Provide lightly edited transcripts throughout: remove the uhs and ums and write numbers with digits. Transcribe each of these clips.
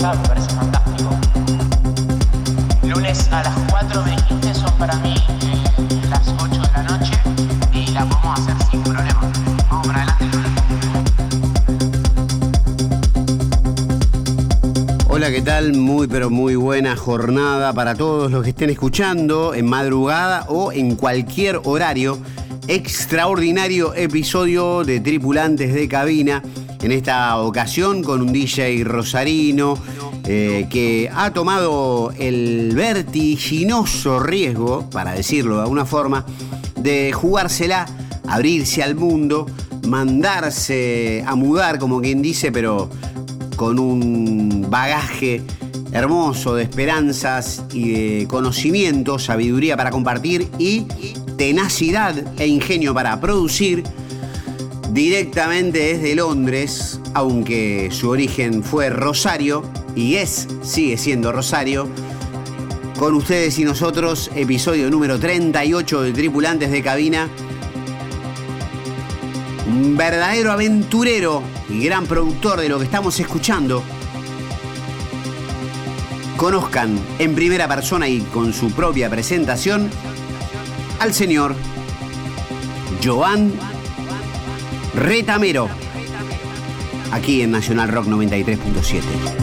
acá, me parece fantástico. Lunes a las 4 me dijiste, son para mí las 8 de la noche y la podemos hacer sin problema. Vamos para adelante, lunes. Hola, ¿qué tal? Muy pero muy buena jornada para todos los que estén escuchando en madrugada o en cualquier horario. Extraordinario episodio de Tripulantes de Cabina, en esta ocasión con un DJ rosarino que ha tomado el vertiginoso riesgo, para decirlo de alguna forma, de jugársela, abrirse al mundo, mandarse a mudar, como quien dice, pero con un bagaje hermoso de esperanzas y de conocimiento, sabiduría para compartir y tenacidad e ingenio para producir directamente desde Londres, aunque su origen fue Rosario y sigue siendo Rosario. Con ustedes y nosotros, episodio número 38 de Tripulantes de Cabina. Un verdadero aventurero y gran productor de lo que estamos escuchando. Conozcan en primera persona y con su propia presentación al señor Joan Retamero, aquí en Nacional Rock 93.7.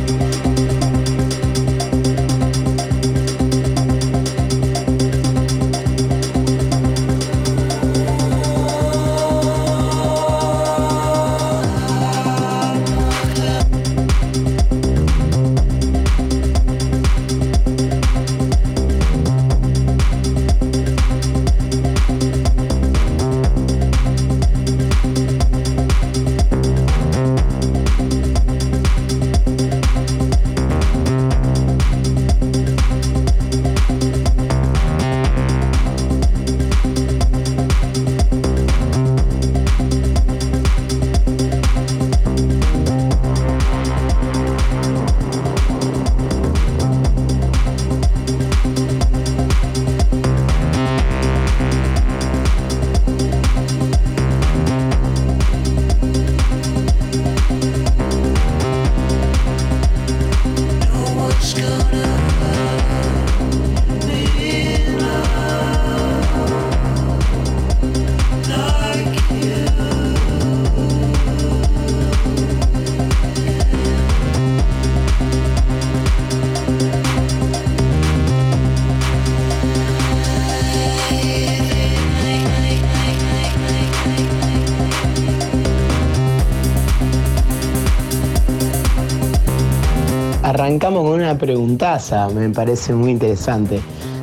Arrancamos con una preguntaza, me parece muy interesante.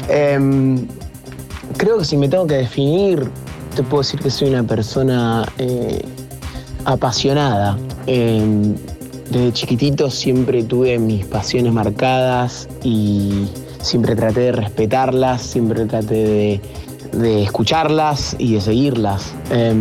Creo que si me tengo que definir, te puedo decir que soy una persona apasionada. Desde chiquitito siempre tuve mis pasiones marcadas y siempre traté de respetarlas, siempre traté de escucharlas y de seguirlas.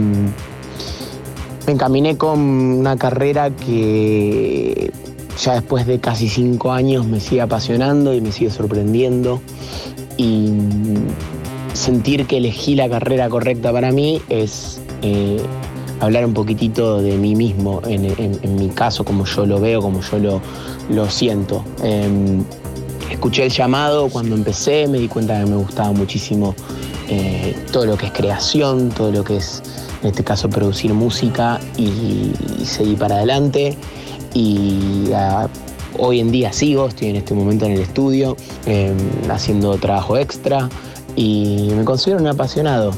Me encaminé con una carrera que ya después de casi 5 años me sigue apasionando y me sigue sorprendiendo, y sentir que elegí la carrera correcta para mí es hablar un poquitito de mí mismo, en mi caso, como yo lo veo, como yo lo siento. Escuché el llamado cuando empecé, me di cuenta que me gustaba muchísimo todo lo que es creación, todo lo que es, en este caso, producir música, y seguí para adelante. Y hoy en día estoy en este momento en el estudio, haciendo trabajo extra, y me considero un apasionado.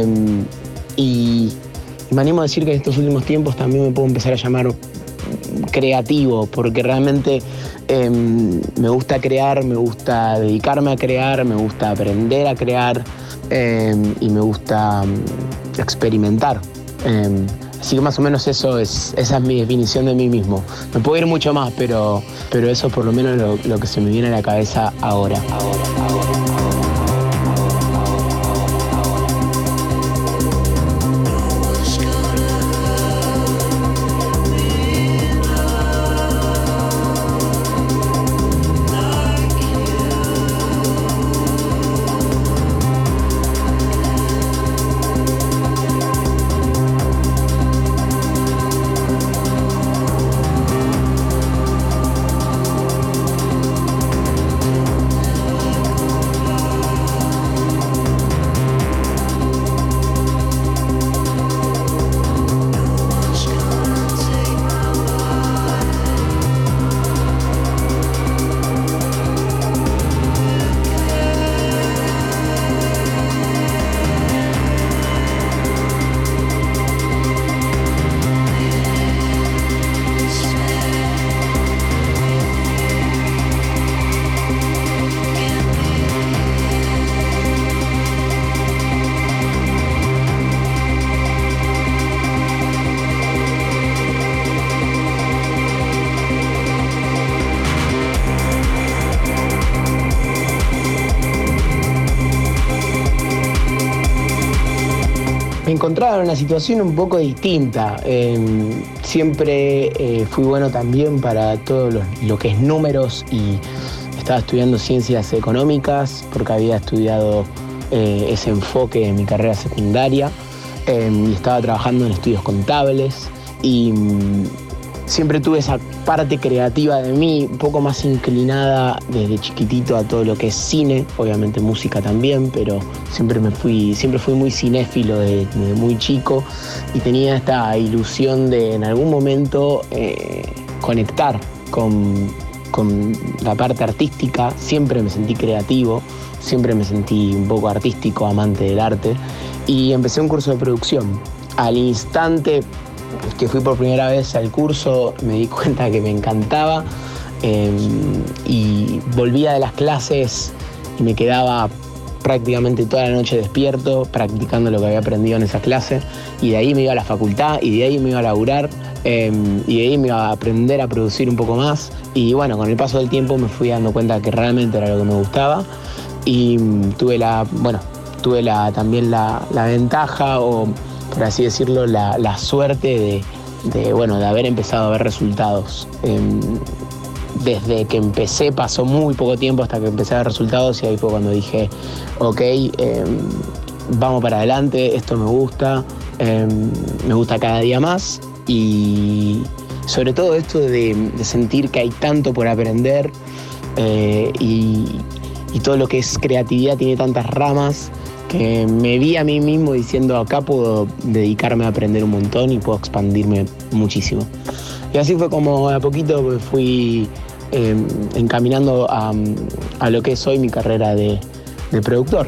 Y me animo a decir que en estos últimos tiempos también me puedo empezar a llamar creativo, porque realmente me gusta crear, me gusta dedicarme a crear, me gusta aprender a crear, y me gusta experimentar. Así que más o menos esa es mi definición de mí mismo. Me puedo ir mucho más, pero eso es por lo menos lo que se me viene a la cabeza ahora. me encontraba en una situación un poco distinta. Siempre fui bueno también para todo lo que es números y estaba estudiando ciencias económicas porque había estudiado ese enfoque en mi carrera secundaria y estaba trabajando en estudios contables y siempre tuve esa parte creativa de mí un poco más inclinada desde chiquitito a todo lo que es cine, obviamente música también, pero siempre fui muy cinéfilo desde muy chico y tenía esta ilusión de en algún momento conectar con la parte artística. Siempre me sentí creativo, siempre me sentí un poco artístico, amante del arte, y empecé un curso de producción. Al instante que fui por primera vez al curso me di cuenta que me encantaba y volvía de las clases y me quedaba prácticamente toda la noche despierto practicando lo que había aprendido en esa clase, y de ahí me iba a la facultad y de ahí me iba a laburar y de ahí me iba a aprender a producir un poco más, y bueno, con el paso del tiempo me fui dando cuenta que realmente era lo que me gustaba y tuve también la ventaja, o por así decirlo, la suerte de haber empezado a ver resultados. Desde que empecé pasó muy poco tiempo hasta que empecé a ver resultados, y ahí fue cuando dije, ok, vamos para adelante, esto me gusta cada día más, y sobre todo esto de sentir que hay tanto por aprender y todo lo que es creatividad tiene tantas ramas, que me vi a mí mismo diciendo, acá puedo dedicarme a aprender un montón y puedo expandirme muchísimo. Y así fue como a poquito me fui encaminando a lo que es hoy mi carrera de productor.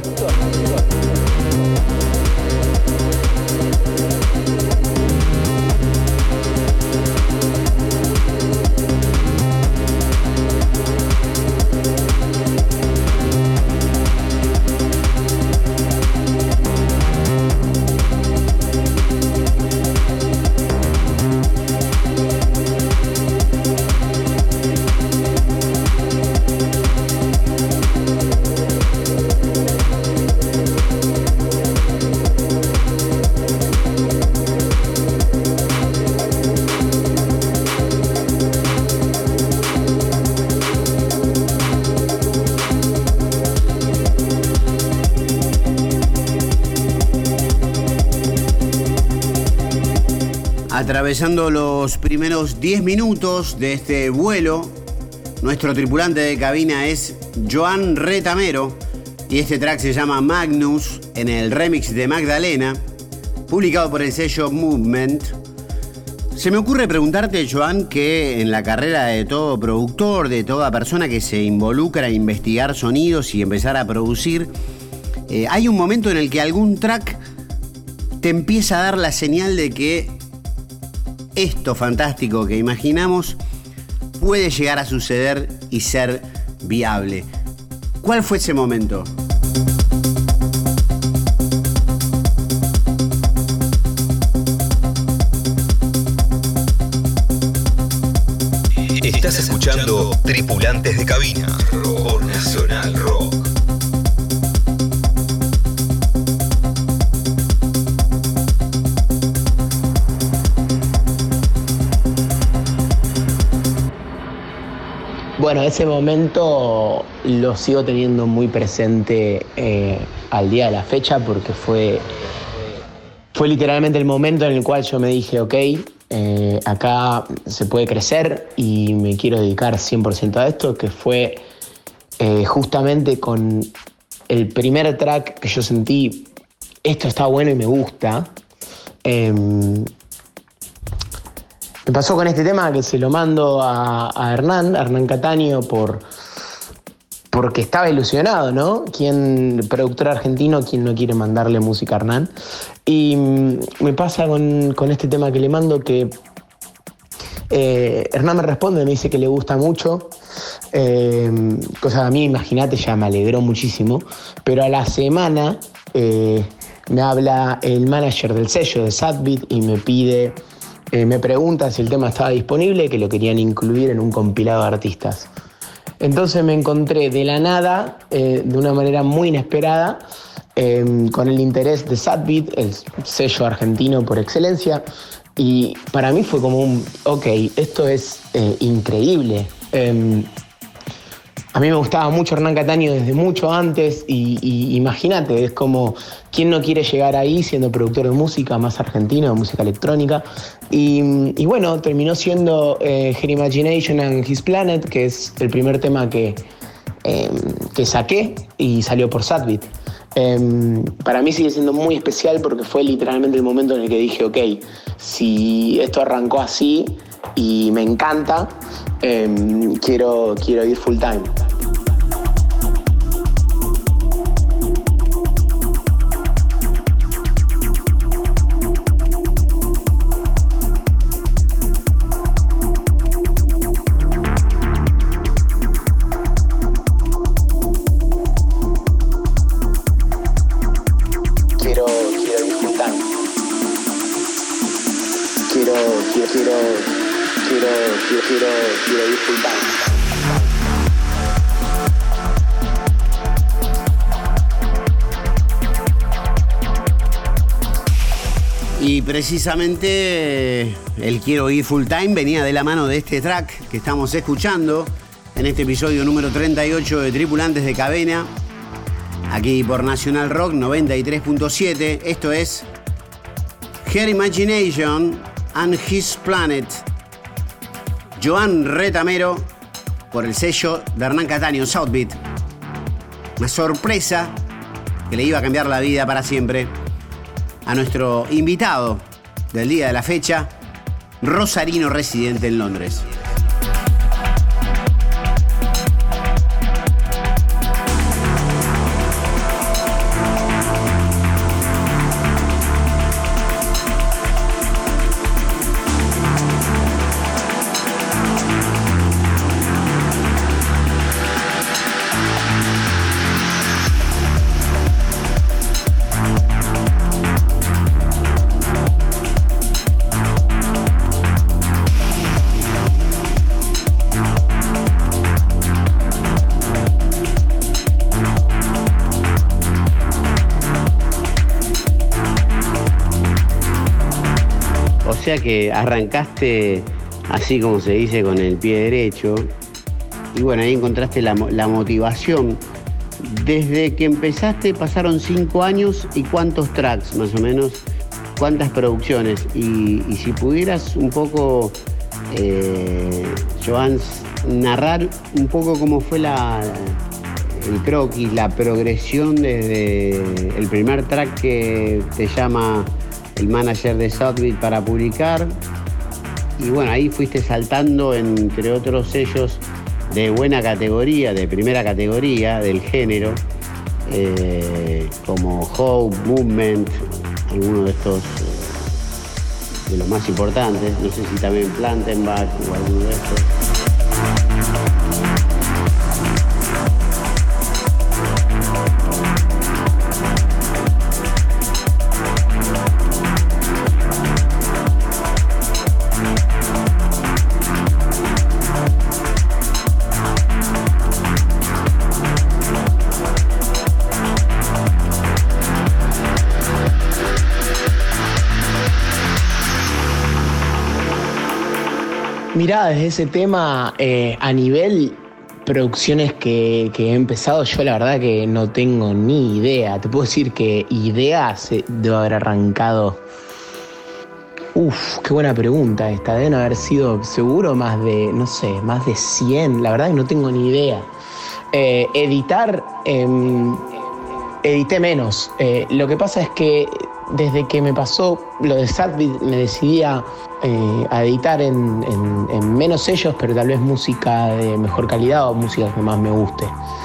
Atravesando los primeros 10 minutos de este vuelo, nuestro tripulante de cabina es Joan Retamero y este track se llama Magnus, en el remix de Magdalena, publicado por el sello Movement. Se me ocurre preguntarte, Joan, que en la carrera de todo productor, de toda persona que se involucra en investigar sonidos y empezar a producir, hay un momento en el que algún track te empieza a dar la señal de que esto fantástico que imaginamos puede llegar a suceder y ser viable. ¿Cuál fue ese momento? Estás escuchando Tripulantes de Cabina por Nacional Rock. Bueno, ese momento lo sigo teniendo muy presente al día de la fecha, porque fue literalmente el momento en el cual yo me dije, ok, acá se puede crecer y me quiero dedicar 100% a esto, que fue justamente con el primer track que yo sentí, esto está bueno y me gusta. Me pasó con este tema que se lo mando a Hernán Cataño porque estaba ilusionado, ¿no? Productor argentino, ¿quién no quiere mandarle música a Hernán? Y me pasa con este tema que le mando que Hernán me responde, me dice que le gusta mucho, cosa que a mí, imagínate, ya me alegró muchísimo, pero a la semana me habla el manager del sello de Sadbeat y me pregunta si el tema estaba disponible, que lo querían incluir en un compilado de artistas. Entonces me encontré de la nada, de una manera muy inesperada, con el interés de Sadbeat, el sello argentino por excelencia, y para mí fue como ok, esto es increíble. A mí me gustaba mucho Hernán Cataño desde mucho antes y imagínate, es como, ¿quién no quiere llegar ahí siendo productor de música más argentino, de música electrónica? Y bueno, terminó siendo Her Imagination and His Planet, que es el primer tema que saqué y salió por Sadbeat. Para mí sigue siendo muy especial porque fue literalmente el momento en el que dije, ok, si esto arrancó así y me encanta, quiero ir full time. Quiero disfrutar. Y precisamente el Quiero ir full time venía de la mano de este track que estamos escuchando en este episodio número 38 de Tripulantes de Cabena, aquí por Nacional Rock 93.7. Esto es Her Imagination and His Planet, Joan Retamero, por el sello de Hernán Cataño, Sadbeat. Una sorpresa que le iba a cambiar la vida para siempre a nuestro invitado del día de la fecha, rosarino residente en Londres. O sea que arrancaste, así como se dice, con el pie derecho. Y bueno, ahí encontraste la motivación. Desde que empezaste pasaron 5 años y ¿cuántos tracks más o menos? ¿Cuántas producciones? Y si pudieras un poco, Joan, narrar un poco cómo fue el croquis, la progresión desde el primer track que te llama el manager de Sadbeat para publicar, y bueno, ahí fuiste saltando entre otros sellos de buena categoría, de primera categoría del género, como Hope, Movement, alguno de estos de los más importantes, no sé si también Plantenbach o alguno de estos. Mirá, desde ese tema, a nivel producciones que he empezado, yo la verdad que no tengo ni idea. Te puedo decir que ideas debo haber arrancado. Qué buena pregunta esta. Deben haber sido seguro más de 100. La verdad que no tengo ni idea. Editar, edité menos. Lo que pasa es que desde que me pasó lo de Sadbeat me decidí a editar en menos sellos, pero tal vez música de mejor calidad o música que más me guste.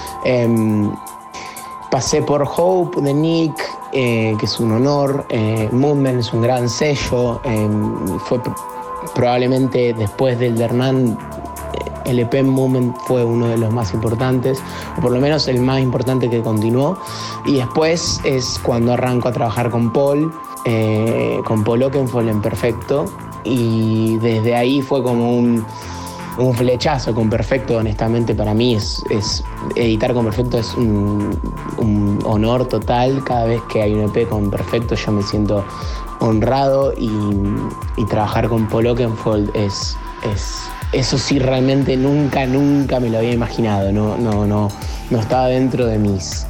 Pasé por Hope de Nick, que es un honor. Movement es un gran sello. Fue probablemente después del de Hernán, el EP Movement fue uno de los más importantes, o por lo menos el más importante que continuó. Y después es cuando arranco a trabajar con Paul Oakenfold en Perfecto. Y desde ahí fue como un flechazo. Con Perfecto, honestamente, para mí es editar con Perfecto es un honor total. Cada vez que hay un EP con Perfecto yo me siento honrado, y trabajar con Paul Oakenfold es eso sí, realmente nunca me lo había imaginado. No estaba dentro de mis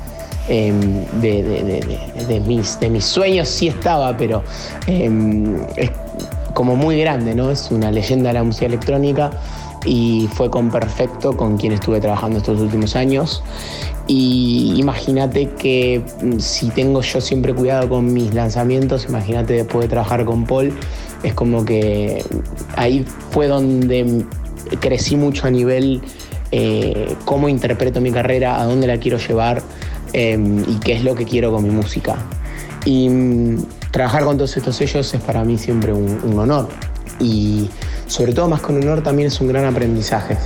de mis sueños, sí estaba, pero es como muy grande, ¿no? Es una leyenda de la música electrónica, y fue con Perfecto con quien estuve trabajando estos últimos años. Y imagínate que si tengo yo siempre cuidado con mis lanzamientos, imagínate después de trabajar con Paul, es como que ahí fue donde crecí mucho a nivel cómo interpreto mi carrera, a dónde la quiero llevar, y qué es lo que quiero con mi música. Y trabajar con todos estos sellos es para mí siempre un honor, y sobre todo más con honor también es un gran aprendizaje.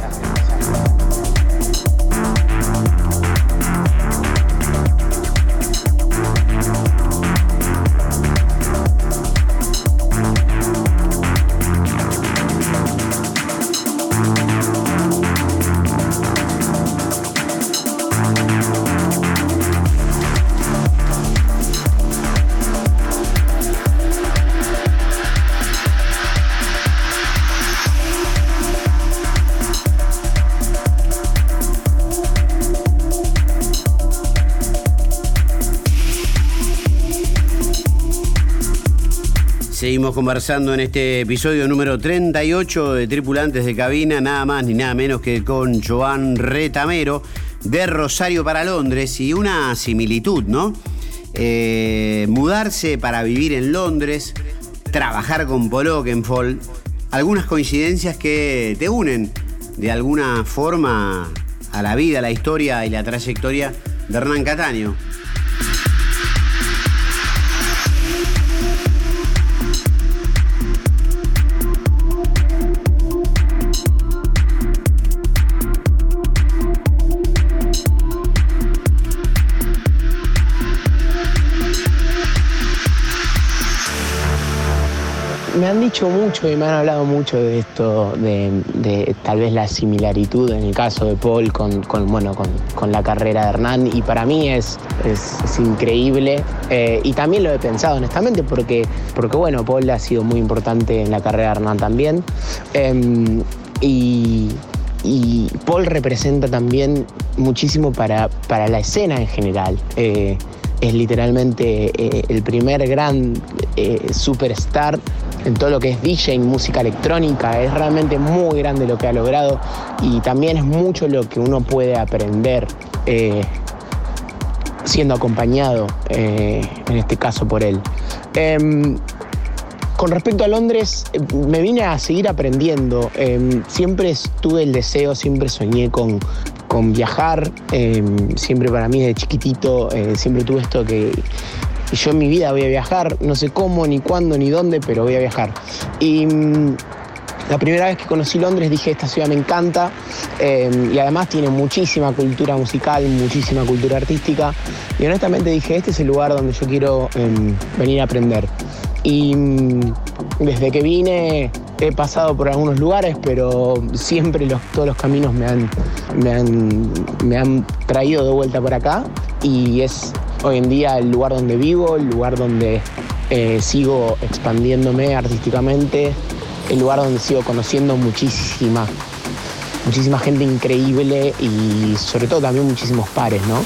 Seguimos conversando en este episodio número 38 de Tripulantes de Cabina, nada más ni nada menos que con Joan Retamero, de Rosario para Londres, y una similitud, ¿no? Mudarse para vivir en Londres, trabajar con Paul Oakenfold, algunas coincidencias que te unen de alguna forma a la vida, la historia y la trayectoria de Hernán Cataño. Me han dicho mucho y me han hablado mucho de esto, de tal vez la similaritud en el caso de Paul con la carrera de Hernán, y para mí es increíble, y también lo he pensado honestamente porque bueno, Paul ha sido muy importante en la carrera de Hernán también, y Paul representa también muchísimo para la escena en general. Es literalmente el primer gran superstar en todo lo que es DJ en música electrónica. Es realmente muy grande lo que ha logrado, y también es mucho lo que uno puede aprender siendo acompañado, en este caso por él. Con respecto a Londres, me vine a seguir aprendiendo. Siempre tuve el deseo, siempre soñé con viajar. Siempre para mí desde chiquitito, siempre tuve esto que yo en mi vida voy a viajar, no sé cómo, ni cuándo, ni dónde, pero voy a viajar. Y la primera vez que conocí Londres dije, esta ciudad me encanta, y además tiene muchísima cultura musical, muchísima cultura artística, y honestamente dije, este es el lugar donde yo quiero venir a aprender. Y desde que vine he pasado por algunos lugares, pero siempre todos los caminos me han traído de vuelta por acá, y es hoy en día el lugar donde vivo, el lugar donde sigo expandiéndome artísticamente, el lugar donde sigo conociendo muchísima gente increíble, y sobre todo también muchísimos pares, ¿no?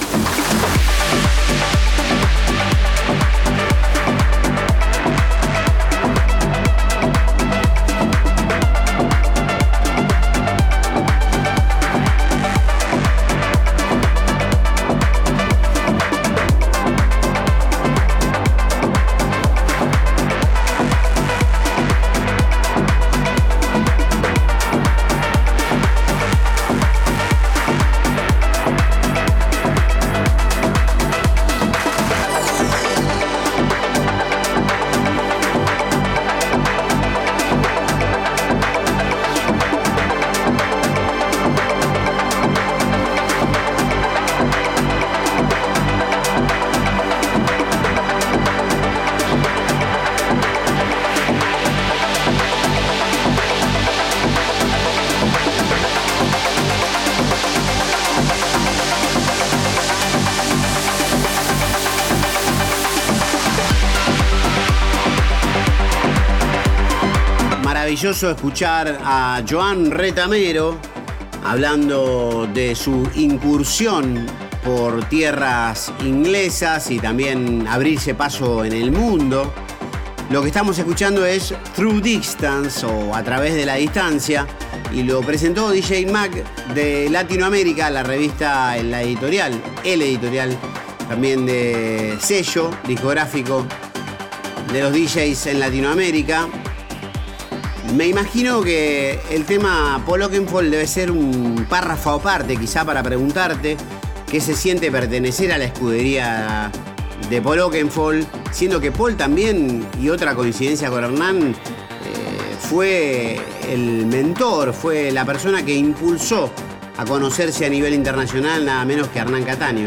maravilloso escuchar a Joan Retamero hablando de su incursión por tierras inglesas y también abrirse paso en el mundo. Lo que estamos escuchando es Through Distance o A Través de la Distancia y lo presentó DJ Mag de Latinoamérica, la revista, la editorial, el editorial también de sello discográfico de los DJs en Latinoamérica. Me imagino que el tema Paul Oakenfold debe ser un párrafo aparte, quizá para preguntarte qué se siente pertenecer a la escudería de Paul Oakenfold, siendo que Paul también, y otra coincidencia con Hernán, fue el mentor, fue la persona que impulsó a conocerse a nivel internacional nada menos que Hernán Cataño.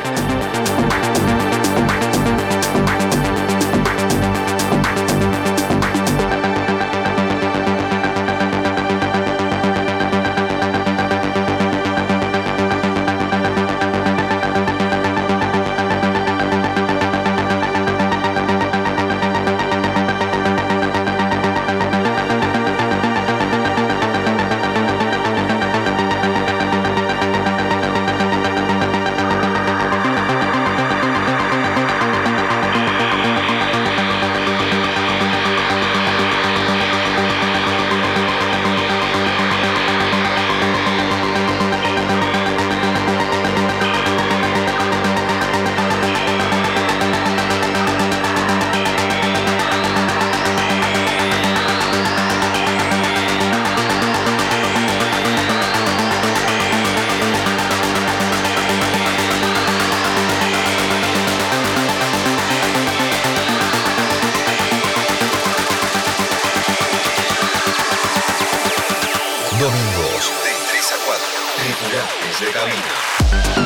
Domingos de 3 a 4. Tripulantes de cabina.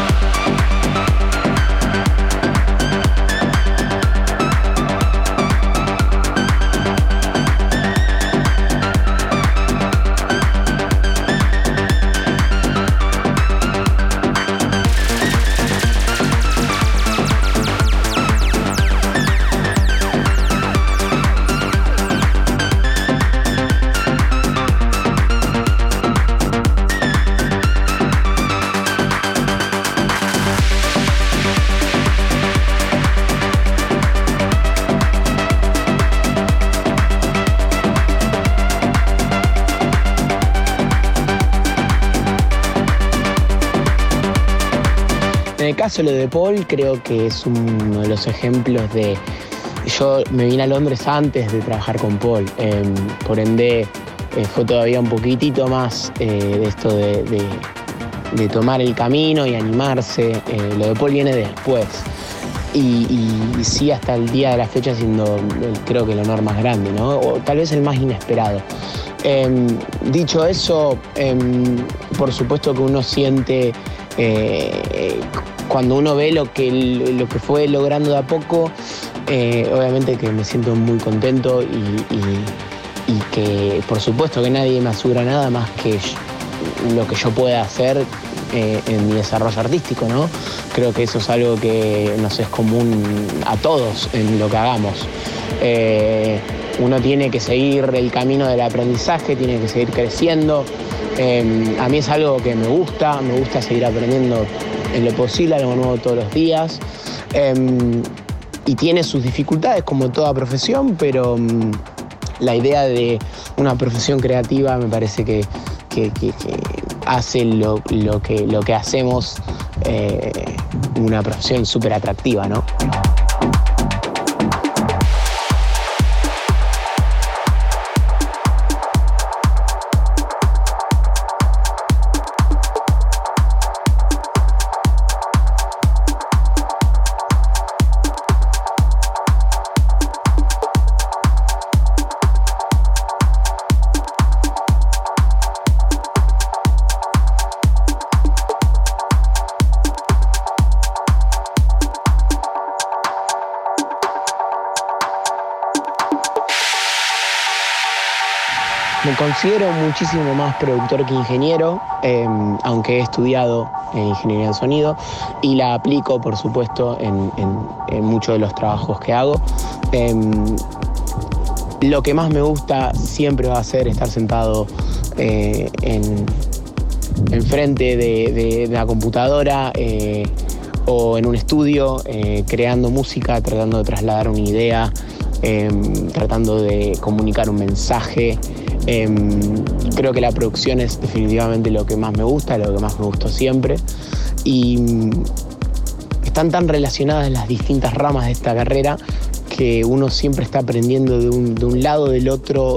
En el caso de lo de Paul, creo que es uno de los ejemplos de... Yo me vine a Londres antes de trabajar con Paul, por ende fue todavía un poquitito más de esto de tomar el camino y animarse. Lo de Paul viene después y sí, hasta el día de la fecha siendo creo que el honor más grande, ¿no? O tal vez el más inesperado. Dicho eso, por supuesto que uno siente cuando uno ve lo que fue logrando de a poco, obviamente que me siento muy contento y que por supuesto que nadie me asegura nada más que lo que yo pueda hacer en mi desarrollo artístico, ¿no? Creo que eso es algo que nos es común a todos en lo que hagamos. Uno tiene que seguir el camino del aprendizaje, tiene que seguir creciendo. A mí es algo que me gusta seguir aprendiendo en lo posible, algo nuevo todos los días. Y tiene sus dificultades como toda profesión, pero la idea de una profesión creativa me parece que hace lo que hacemos una profesión súper atractiva, ¿no? Me considero muchísimo más productor que ingeniero, aunque he estudiado ingeniería en sonido y la aplico, por supuesto, en muchos de los trabajos que hago. Lo que más me gusta siempre va a ser estar sentado enfrente de la computadora o en un estudio creando música, tratando de trasladar una idea, tratando de comunicar un mensaje. Creo que la producción es definitivamente lo que más me gusta, lo que más me gustó siempre. Y están tan relacionadas las distintas ramas de esta carrera que uno siempre está aprendiendo de un lado, del otro.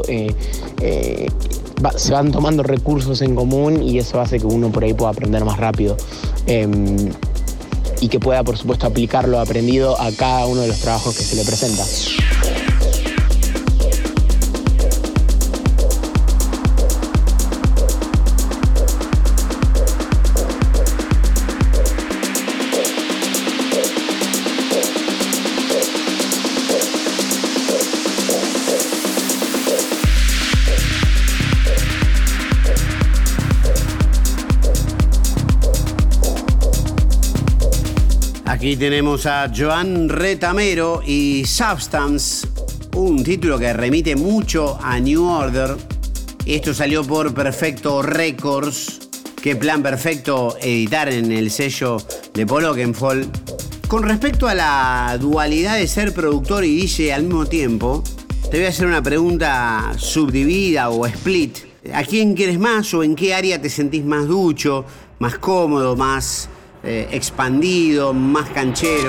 Se van tomando recursos en común y eso hace que uno por ahí pueda aprender más rápido. Y que pueda, por supuesto, aplicar lo aprendido a cada uno de los trabajos que se le presenta. Aquí tenemos a Joan Retamero y Substance, un título que remite mucho a New Order. Esto salió por Perfecto Records. Qué plan perfecto editar en el sello de Paul Oakenfold. Con respecto a la dualidad de ser productor y DJ al mismo tiempo, te voy a hacer una pregunta subdividida o split. ¿A quién quieres más o en qué área te sentís más ducho, más cómodo, más expandido, más canchero?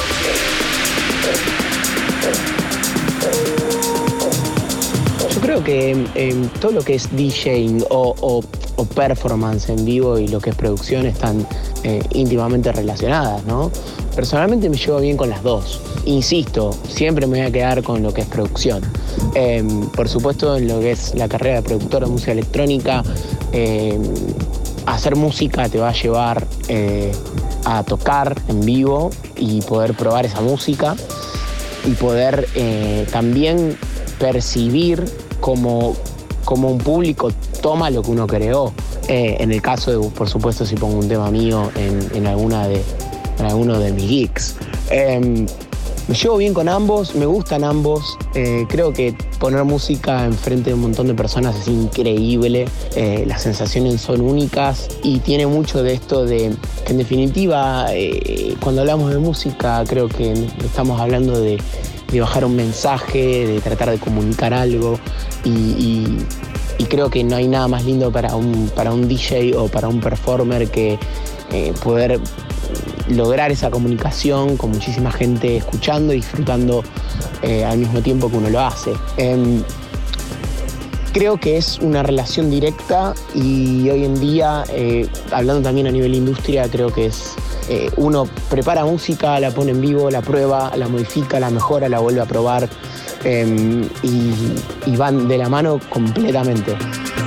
Yo creo que todo lo que es DJing o performance en vivo y lo que es producción están íntimamente relacionadas, ¿no? Personalmente me llevo bien con las dos. Insisto, siempre me voy a quedar con lo que es producción. Por supuesto, en lo que es la carrera de productor de música electrónica, hacer música te va a llevar a tocar en vivo y poder probar esa música y poder también percibir cómo un público toma lo que uno creó. En el caso de, por supuesto, si pongo un tema mío en alguno de mis gigs. Me llevo bien con ambos, me gustan ambos. Creo que poner música enfrente de un montón de personas es increíble. Las sensaciones son únicas y tiene mucho de esto de que, en definitiva, cuando hablamos de música, creo que estamos hablando de bajar un mensaje, de tratar de comunicar algo y creo que no hay nada más lindo para un DJ o para un performer que poder lograr esa comunicación con muchísima gente escuchando y disfrutando al mismo tiempo que uno lo hace. Creo que es una relación directa y hoy en día, hablando también a nivel industria, creo que es uno prepara música, la pone en vivo, la prueba, la modifica, la mejora, la vuelve a probar y van de la mano completamente.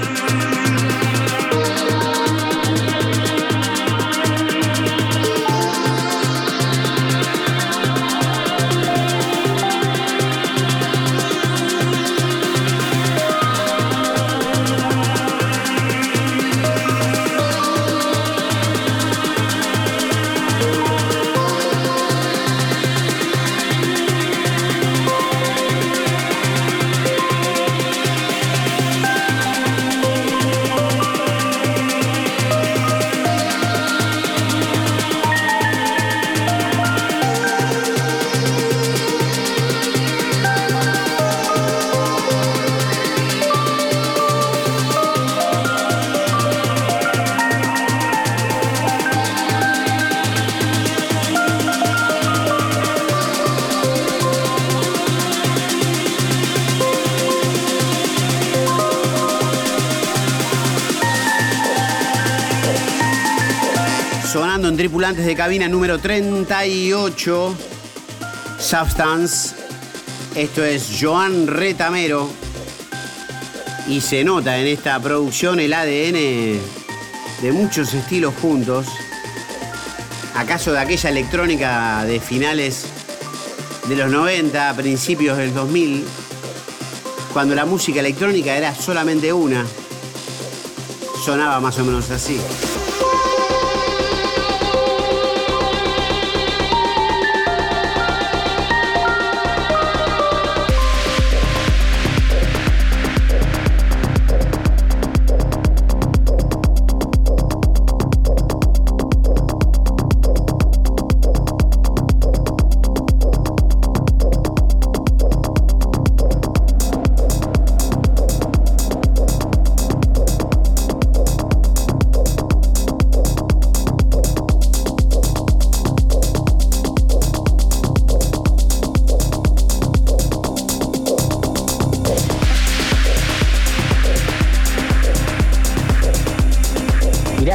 Sonando en Tripulantes de Cabina número 38, Substance. Esto es Joan Retamero. Y se nota en esta producción el ADN de muchos estilos juntos. ¿Acaso de aquella electrónica de finales de los 90, principios del 2000, cuando la música electrónica era solamente una? Sonaba más o menos así.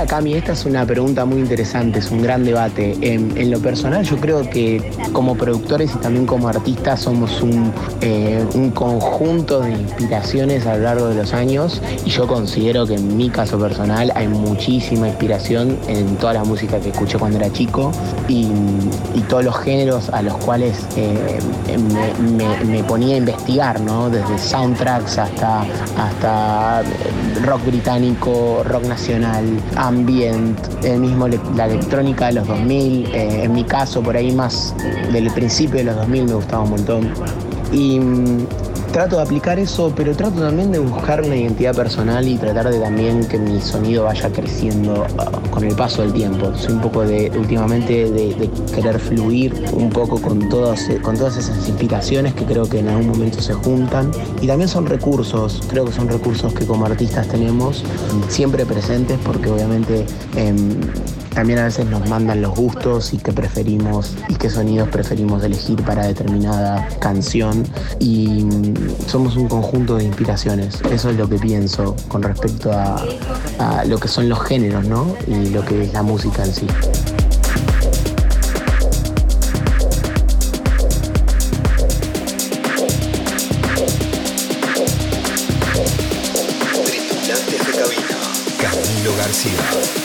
Mira, Cami, esta es una pregunta muy interesante, es un gran debate. En lo personal, yo creo que como productores y también como artistas somos un conjunto de inspiraciones a lo largo de los años, y yo considero que en mi caso personal hay muchísima inspiración en toda la música que escuché cuando era chico y todos los géneros a los cuales me ponía a investigar, ¿no? Desde soundtracks hasta rock británico, rock nacional, ambient, la electrónica de los 2000, en mi caso por ahí más del principio de los 2000 me gustaba un montón. Y trato de aplicar eso, pero trato también de buscar una identidad personal y tratar de también que mi sonido vaya creciendo con el paso del tiempo. Soy un poco últimamente de querer fluir un poco con todas esas inspiraciones que creo que en algún momento se juntan. Y también son recursos, creo que son recursos que como artistas tenemos siempre presentes, porque obviamente también a veces nos mandan los gustos y qué preferimos y qué sonidos preferimos elegir para determinada canción, y somos un conjunto de inspiraciones. Eso es lo que pienso con respecto a lo que son los géneros, ¿no? Y lo que es la música en sí. Tripulantes de cabina, Camilo García.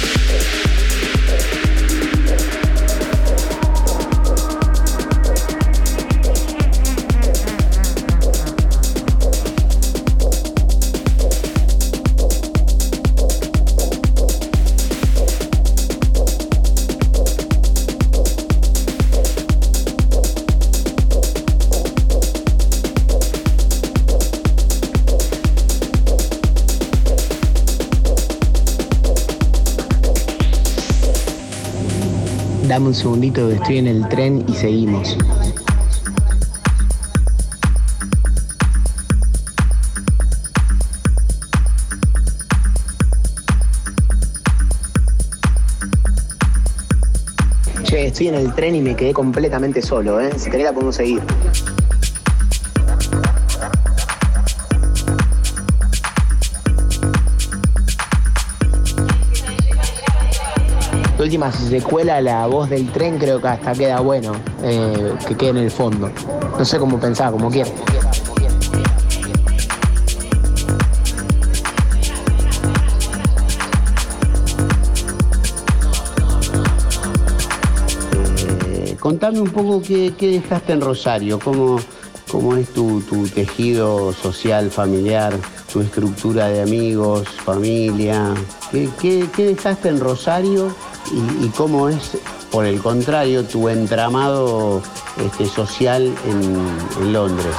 Dame un segundito que estoy en el tren y seguimos. Che, estoy en el tren y me quedé completamente solo, ¿eh? Si querés la podemos seguir. La última, si se cuela la voz del tren, creo que hasta queda bueno, que quede en el fondo. No sé cómo pensar, como quieras. Contame un poco qué dejaste en Rosario, cómo es tu tejido social, familiar, tu estructura de amigos, familia. ¿Qué dejaste en Rosario y cómo es, por el contrario, tu entramado social en Londres?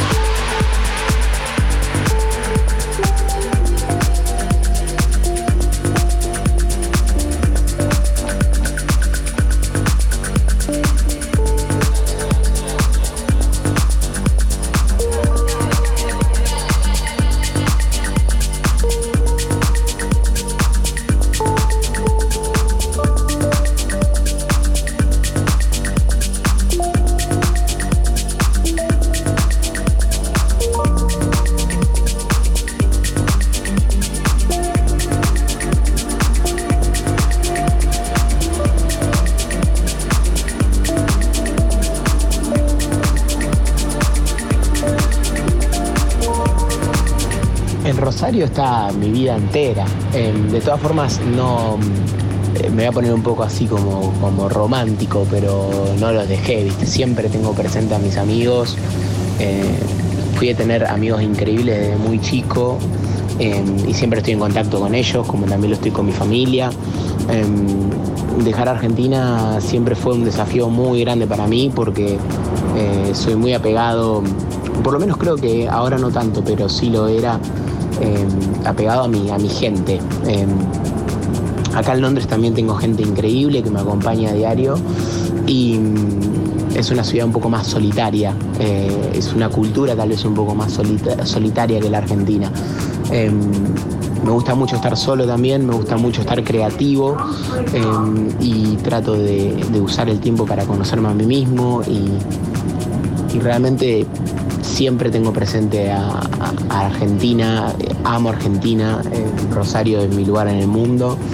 Rosario está mi vida entera. De todas formas, no me voy a poner un poco así como romántico, pero no los dejé, ¿viste? Siempre tengo presente a mis amigos. Fui a tener amigos increíbles desde muy chico, y siempre estoy en contacto con ellos, como también lo estoy con mi familia. Dejar Argentina siempre fue un desafío muy grande para mí, porque soy muy apegado, por lo menos creo que ahora no tanto, pero sí lo era, apegado a mi gente. Acá en Londres también tengo gente increíble que me acompaña a diario, y es una ciudad un poco más solitaria, es una cultura tal vez un poco más solitaria que la Argentina. Me gusta mucho estar solo también, me gusta mucho estar creativo, y trato de usar el tiempo para conocerme a mí mismo, y realmente siempre tengo presente a Argentina, amo Argentina, Rosario es mi lugar en el mundo,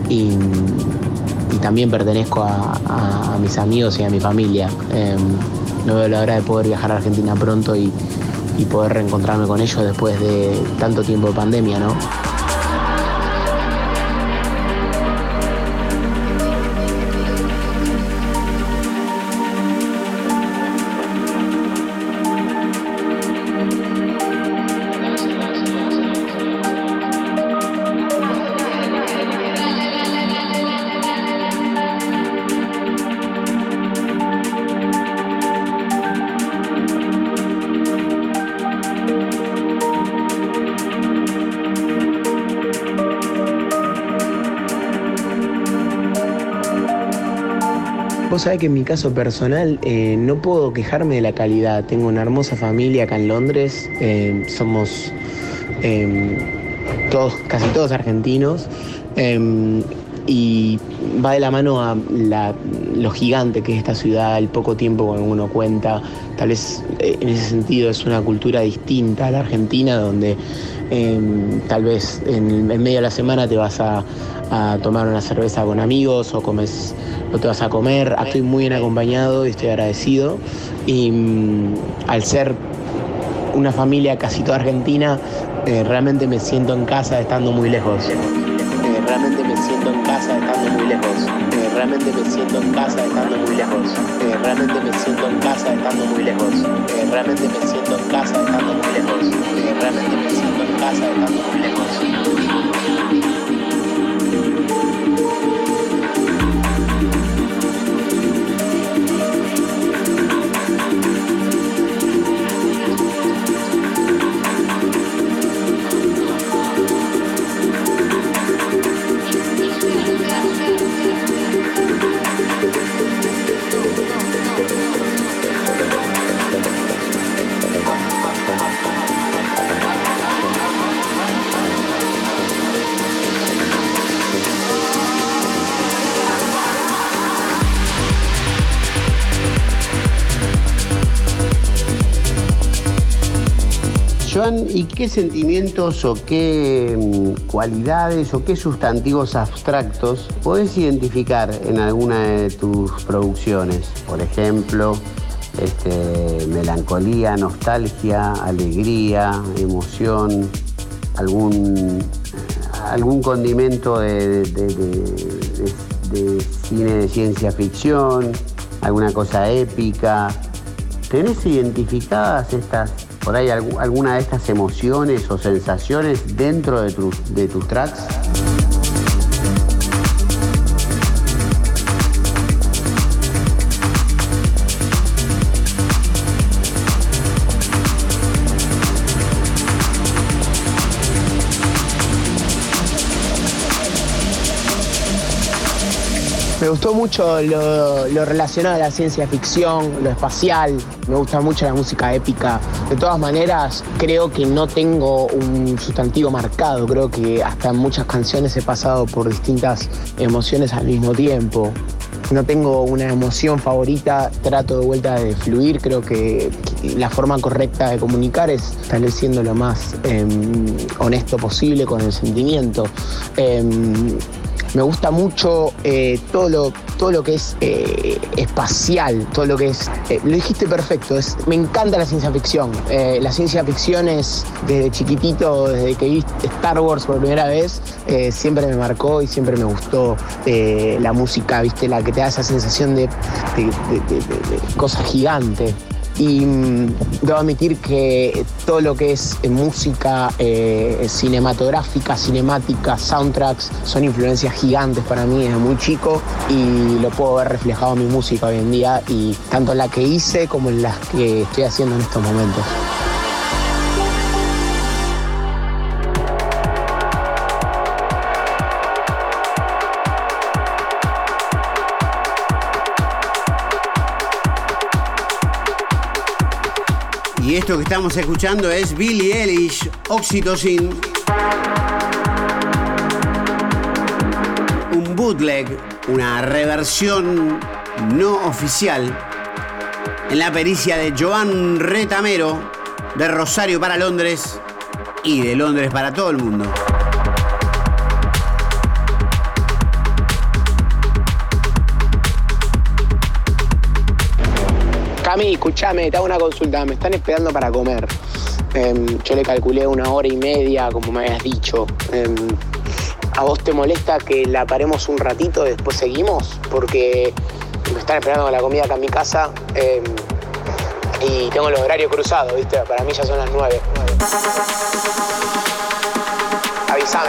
y también pertenezco a mis amigos y a mi familia. No veo la hora de poder viajar a Argentina pronto y poder reencontrarme con ellos después de tanto tiempo de pandemia, ¿no? Vos sabés que en mi caso personal no puedo quejarme de la calidad. Tengo una hermosa familia acá en Londres. Somos casi todos argentinos. Y va de la mano a lo gigante que es esta ciudad, el poco tiempo con uno cuenta. Tal vez en ese sentido es una cultura distinta a la Argentina, donde tal vez en medio de la semana te vas a tomar una cerveza con amigos o te vas a comer. Estoy muy bien acompañado y estoy agradecido. Y al ser una familia casi toda argentina, realmente me siento en casa estando muy lejos. Realmente me siento en casa estando muy lejos. Realmente me siento en casa estando muy lejos. Realmente me siento en casa estando muy lejos. Realmente me siento en casa estando muy lejos. Realmente me siento en casa estando muy lejos. Joan, ¿y qué sentimientos o qué cualidades o qué sustantivos abstractos podés identificar en alguna de tus producciones? Por ejemplo, melancolía, nostalgia, alegría, emoción, algún condimento de cine de ciencia ficción, alguna cosa épica. ¿Tenés identificadas por ahí alguna de estas emociones o sensaciones dentro de tus tracks? Me gustó mucho lo relacionado a la ciencia ficción, lo espacial. Me gusta mucho la música épica. De todas maneras, creo que no tengo un sustantivo marcado. Creo que hasta en muchas canciones he pasado por distintas emociones al mismo tiempo. No tengo una emoción favorita, trato de vuelta de fluir. Creo que la forma correcta de comunicar es tal vez siendo lo más honesto posible con el sentimiento. Me gusta mucho todo lo que es espacial, todo lo que es... lo dijiste perfecto, me encanta la ciencia ficción. La ciencia ficción es, desde chiquitito, desde que vi Star Wars por primera vez, siempre me marcó y siempre me gustó la música, ¿viste? La que te da esa sensación de cosa gigante. Y debo admitir que todo lo que es música cinematográfica, cinemática, soundtracks, son influencias gigantes para mí desde muy chico y lo puedo ver reflejado en mi música hoy en día, y tanto en la que hice como en las que estoy haciendo en estos momentos. Y esto que estamos escuchando es Billie Eilish, Oxytocin. Un bootleg, una reversión no oficial en la pericia de Joan Retamero, de Rosario para Londres y de Londres para todo el mundo. Cami, escuchame, te hago una consulta. Me están esperando para comer. Yo le calculé 1h30, como me habías dicho. ¿A vos te molesta que la paremos un ratito y después seguimos? Porque me están esperando con la comida acá en mi casa y tengo los horarios cruzados, ¿viste? Para mí ya son las 9. Avísame.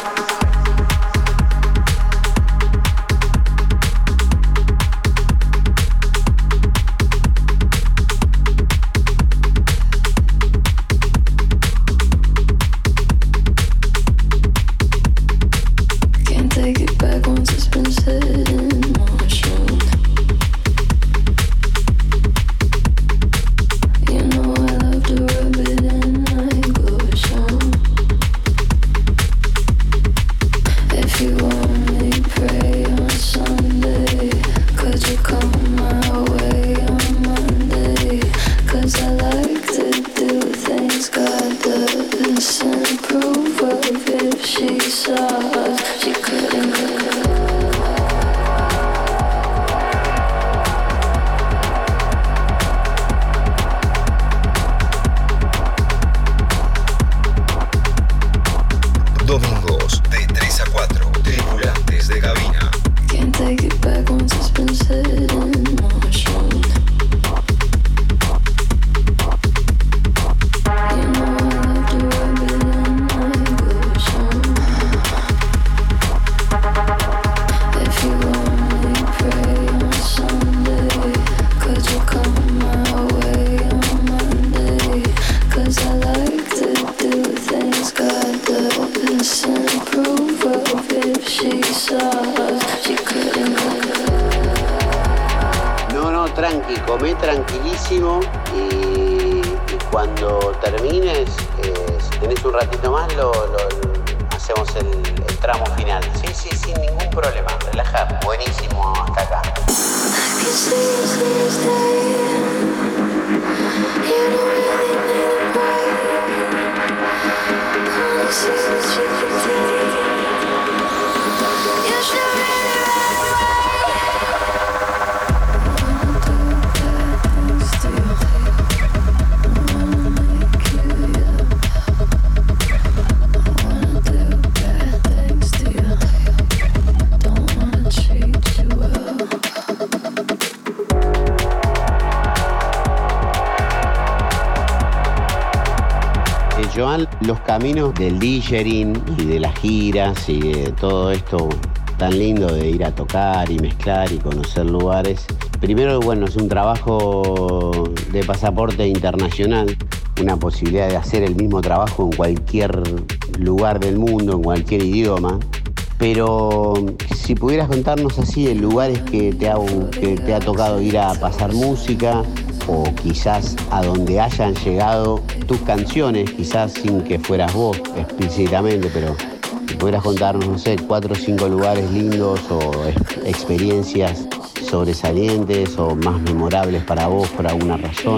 Domingos de 3 a 4, Tripulantes de Cabina. No, tranqui, comé tranquilísimo y cuando termines, si tenés un ratito más, hacemos el tramo final. Sí, sin ningún problema, relajá, buenísimo hasta acá. Joan, los caminos del DJing y de las giras y de todo esto tan lindo de ir a tocar y mezclar y conocer lugares. Primero, bueno, es un trabajo de pasaporte internacional, una posibilidad de hacer el mismo trabajo en cualquier lugar del mundo, en cualquier idioma. Pero si pudieras contarnos así de lugares que te ha tocado ir a pasar música, o quizás a donde hayan llegado tus canciones, quizás sin que fueras vos explícitamente, pero si pudieras contarnos, no sé, 4 o 5 lugares lindos o experiencias sobresalientes o más memorables para vos por alguna razón.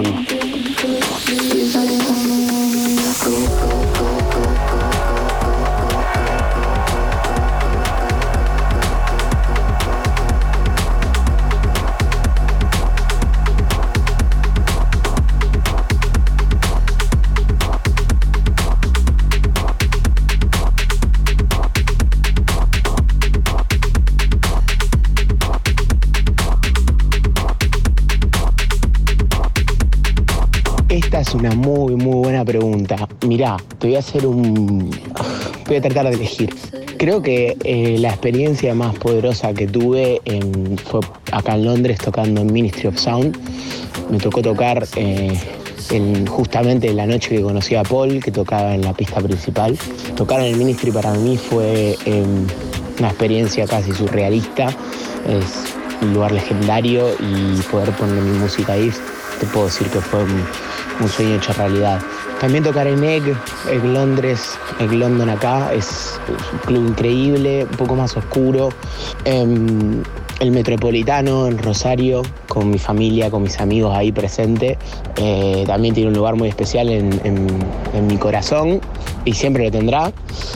Esta es una muy buena pregunta. Mirá, voy a tratar de elegir. Creo que la experiencia más poderosa que tuve fue acá en Londres tocando en Ministry of Sound. Me tocó tocar justamente la noche que conocí a Paul, que tocaba en la pista principal. Tocar en el Ministry para mí fue una experiencia casi surrealista. Es un lugar legendario y poder poner mi música ahí, te puedo decir que fue un sueño hecho realidad. También tocar en Egg Londres, Egg London acá, es un club increíble, un poco más oscuro. El Metropolitano en Rosario, con mi familia, con mis amigos ahí presentes, también tiene un lugar muy especial en mi corazón y siempre lo tendrá.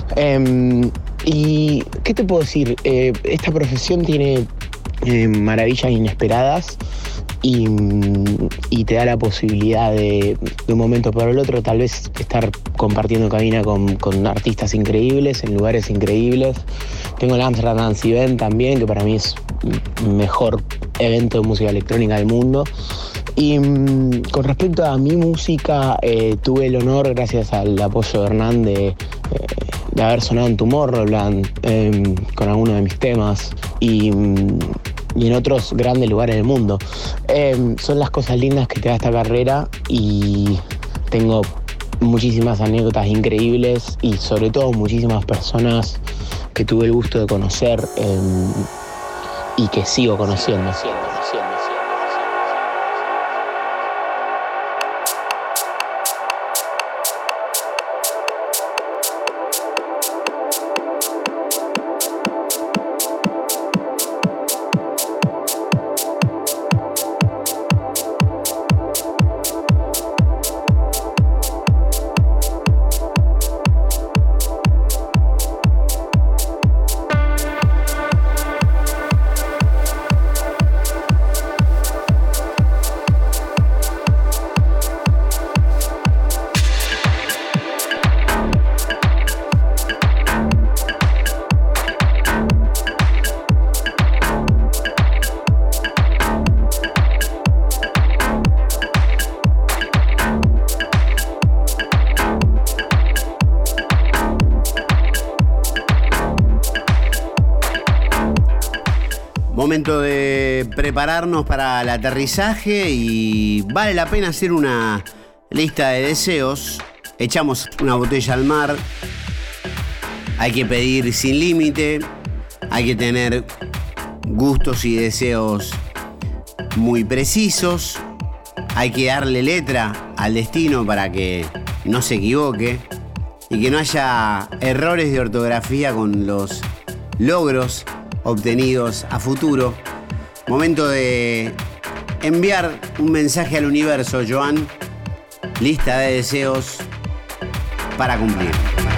¿Y qué te puedo decir? Esta profesión tiene maravillas inesperadas y te da la posibilidad de un momento para el otro tal vez estar compartiendo cabina con artistas increíbles, en lugares increíbles. Tengo el Amsterdam Dance Event también, que para mí es el mejor evento de música electrónica del mundo. Y con respecto a mi música, tuve el honor, gracias al apoyo de Hernán, de haber sonado en Tomorrowland con algunos de mis temas y en otros grandes lugares del mundo. Son las cosas lindas que te da esta carrera y tengo muchísimas anécdotas increíbles y sobre todo muchísimas personas que tuve el gusto de conocer y que sigo conociendo. Momento de prepararnos para el aterrizaje y vale la pena hacer una lista de deseos. Echamos una botella al mar, hay que pedir sin límite, hay que tener gustos y deseos muy precisos, hay que darle letra al destino para que no se equivoque y que no haya errores de ortografía con los logros obtenidos a futuro. Momento de enviar un mensaje al universo, Joan. Lista de deseos para cumplir.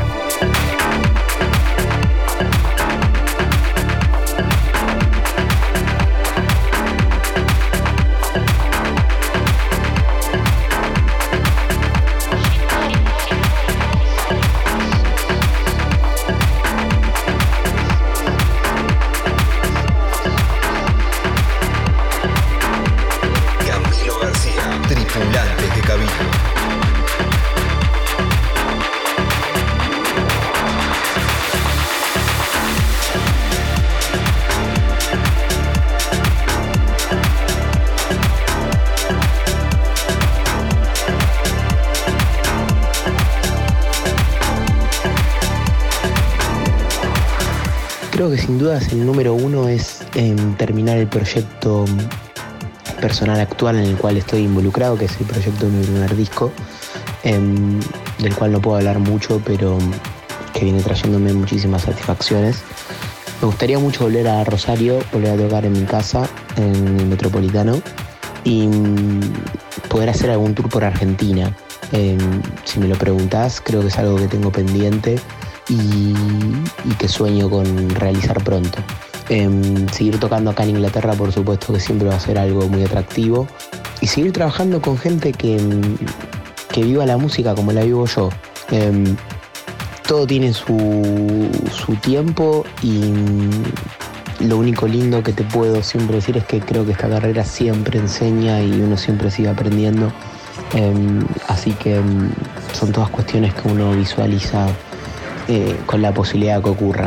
Tripulantes de cabina. Creo que sin dudas el número uno es terminar el proyecto personal actual en el cual estoy involucrado, que es el proyecto de mi primer disco, del cual no puedo hablar mucho, pero que viene trayéndome muchísimas satisfacciones. Me gustaría mucho volver a Rosario, volver a tocar en mi casa, en el Metropolitano, y poder hacer algún tour por Argentina. Si me lo preguntás, creo que es algo que tengo pendiente y que sueño con realizar pronto. Seguir tocando acá en Inglaterra, por supuesto que siempre va a ser algo muy atractivo, y seguir trabajando con gente que viva la música como la vivo yo. Todo tiene su tiempo y lo único lindo que te puedo siempre decir es que creo que esta carrera siempre enseña y uno siempre sigue aprendiendo, así que son todas cuestiones que uno visualiza con la posibilidad de que ocurran.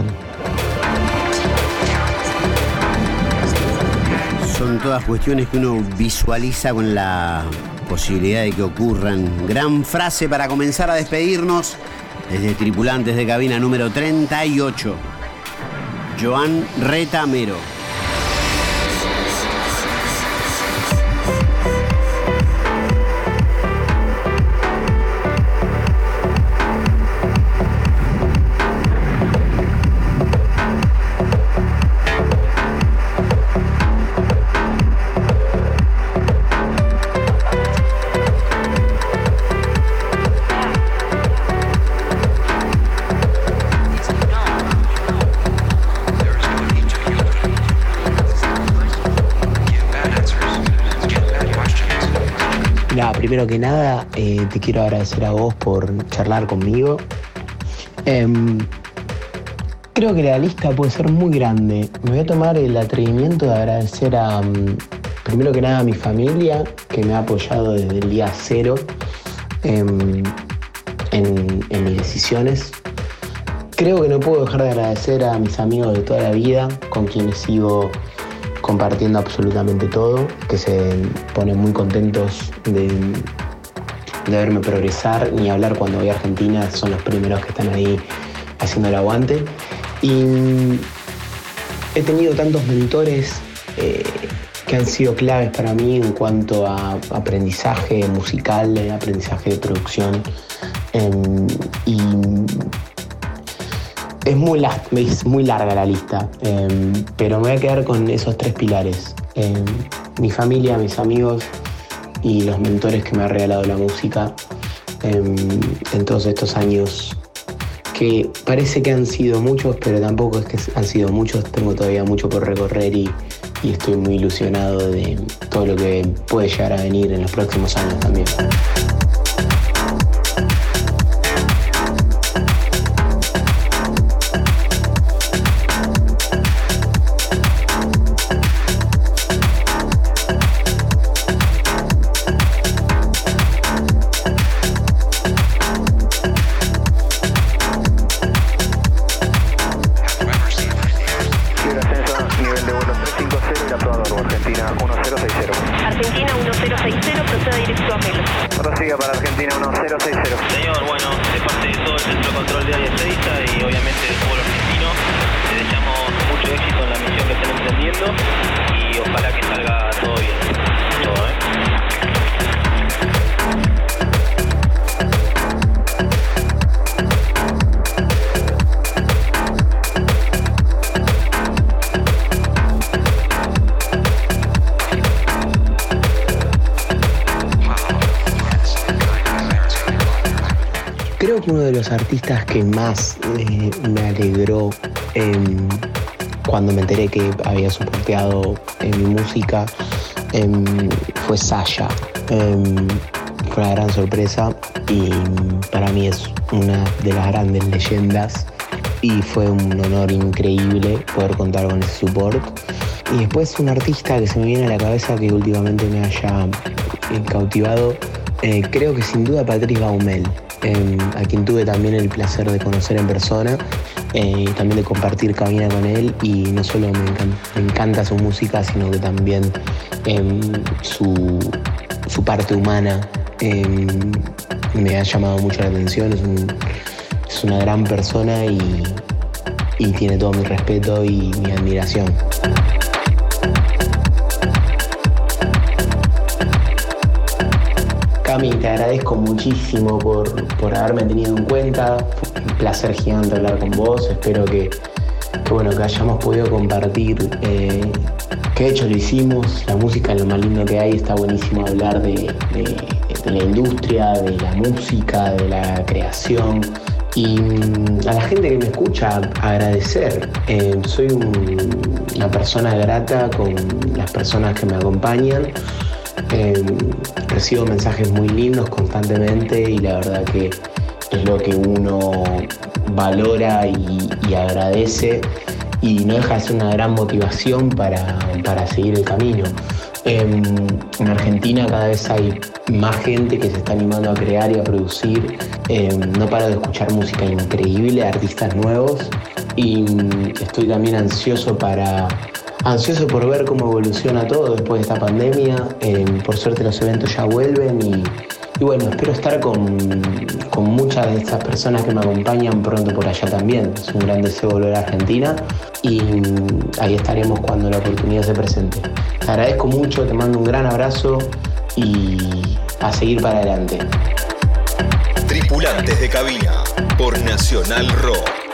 Son todas cuestiones que uno visualiza con la posibilidad de que ocurran. Gran frase para comenzar a despedirnos desde Tripulantes de Cabina número 38. Joan Retamero. primero que nada, te quiero agradecer a vos por charlar conmigo. Creo que la lista puede ser muy grande. Me voy a tomar el atrevimiento de agradecer a, primero que nada, a mi familia, que me ha apoyado desde el día cero en mis decisiones. Creo que no puedo dejar de agradecer a mis amigos de toda la vida, con quienes sigo compartiendo absolutamente todo, que se ponen muy contentos de verme progresar, ni hablar cuando voy a Argentina, son los primeros que están ahí haciendo el aguante. Y he tenido tantos mentores que han sido claves para mí en cuanto a aprendizaje musical, aprendizaje de producción. Y es muy larga la lista, pero me voy a quedar con esos 3 pilares. Mi familia, mis amigos y los mentores que me ha regalado la música en todos estos años, que parece que han sido muchos, pero tampoco es que han sido muchos. Tengo todavía mucho por recorrer y estoy muy ilusionado de todo lo que puede llegar a venir en los próximos años también. Argentina 1060, proceda directo a Melo. Prosiga para Argentina 1060. Señor, bueno, de parte de todo el Centro de Control de Área Ezeiza y obviamente del pueblo argentino, les deseamos mucho éxito en la misión que estén emprendiendo y ojalá que salga todo bien. Todo, Creo que uno de los artistas que más me alegró cuando me enteré que había soporteado mi música fue Sasha. Fue una gran sorpresa y para mí es una de las grandes leyendas y fue un honor increíble poder contar con ese support. Y después un artista que se me viene a la cabeza que últimamente me haya cautivado, creo que sin duda Patrice Baumel. A quien tuve también el placer de conocer en persona y también de compartir cabina con él, y no solo me encanta su música, sino que también su parte humana me ha llamado mucho la atención. Es una gran persona y tiene todo mi respeto y mi admiración. Cami, te agradezco muchísimo por haberme tenido en cuenta. Fue un placer gigante hablar con vos. Espero que hayamos podido compartir, que de hecho lo hicimos. La música es lo más lindo que hay. Está buenísimo hablar de la industria, de la música, de la creación. Y a la gente que me escucha, agradecer. Soy una persona grata con las personas que me acompañan. Recibo mensajes muy lindos constantemente y la verdad que es lo que uno valora y agradece, y no deja de ser una gran motivación para seguir el camino. En Argentina cada vez hay más gente que se está animando a crear y a producir. No paro de escuchar música increíble, artistas nuevos, y estoy también ansioso por ver cómo evoluciona todo después de esta pandemia. Por suerte los eventos ya vuelven y bueno, espero estar con muchas de estas personas que me acompañan pronto por allá también. Es un gran deseo volver a Argentina y ahí estaremos cuando la oportunidad se presente. Te agradezco mucho, te mando un gran abrazo y a seguir para adelante. Tripulantes de Cabina por Nacional Rock.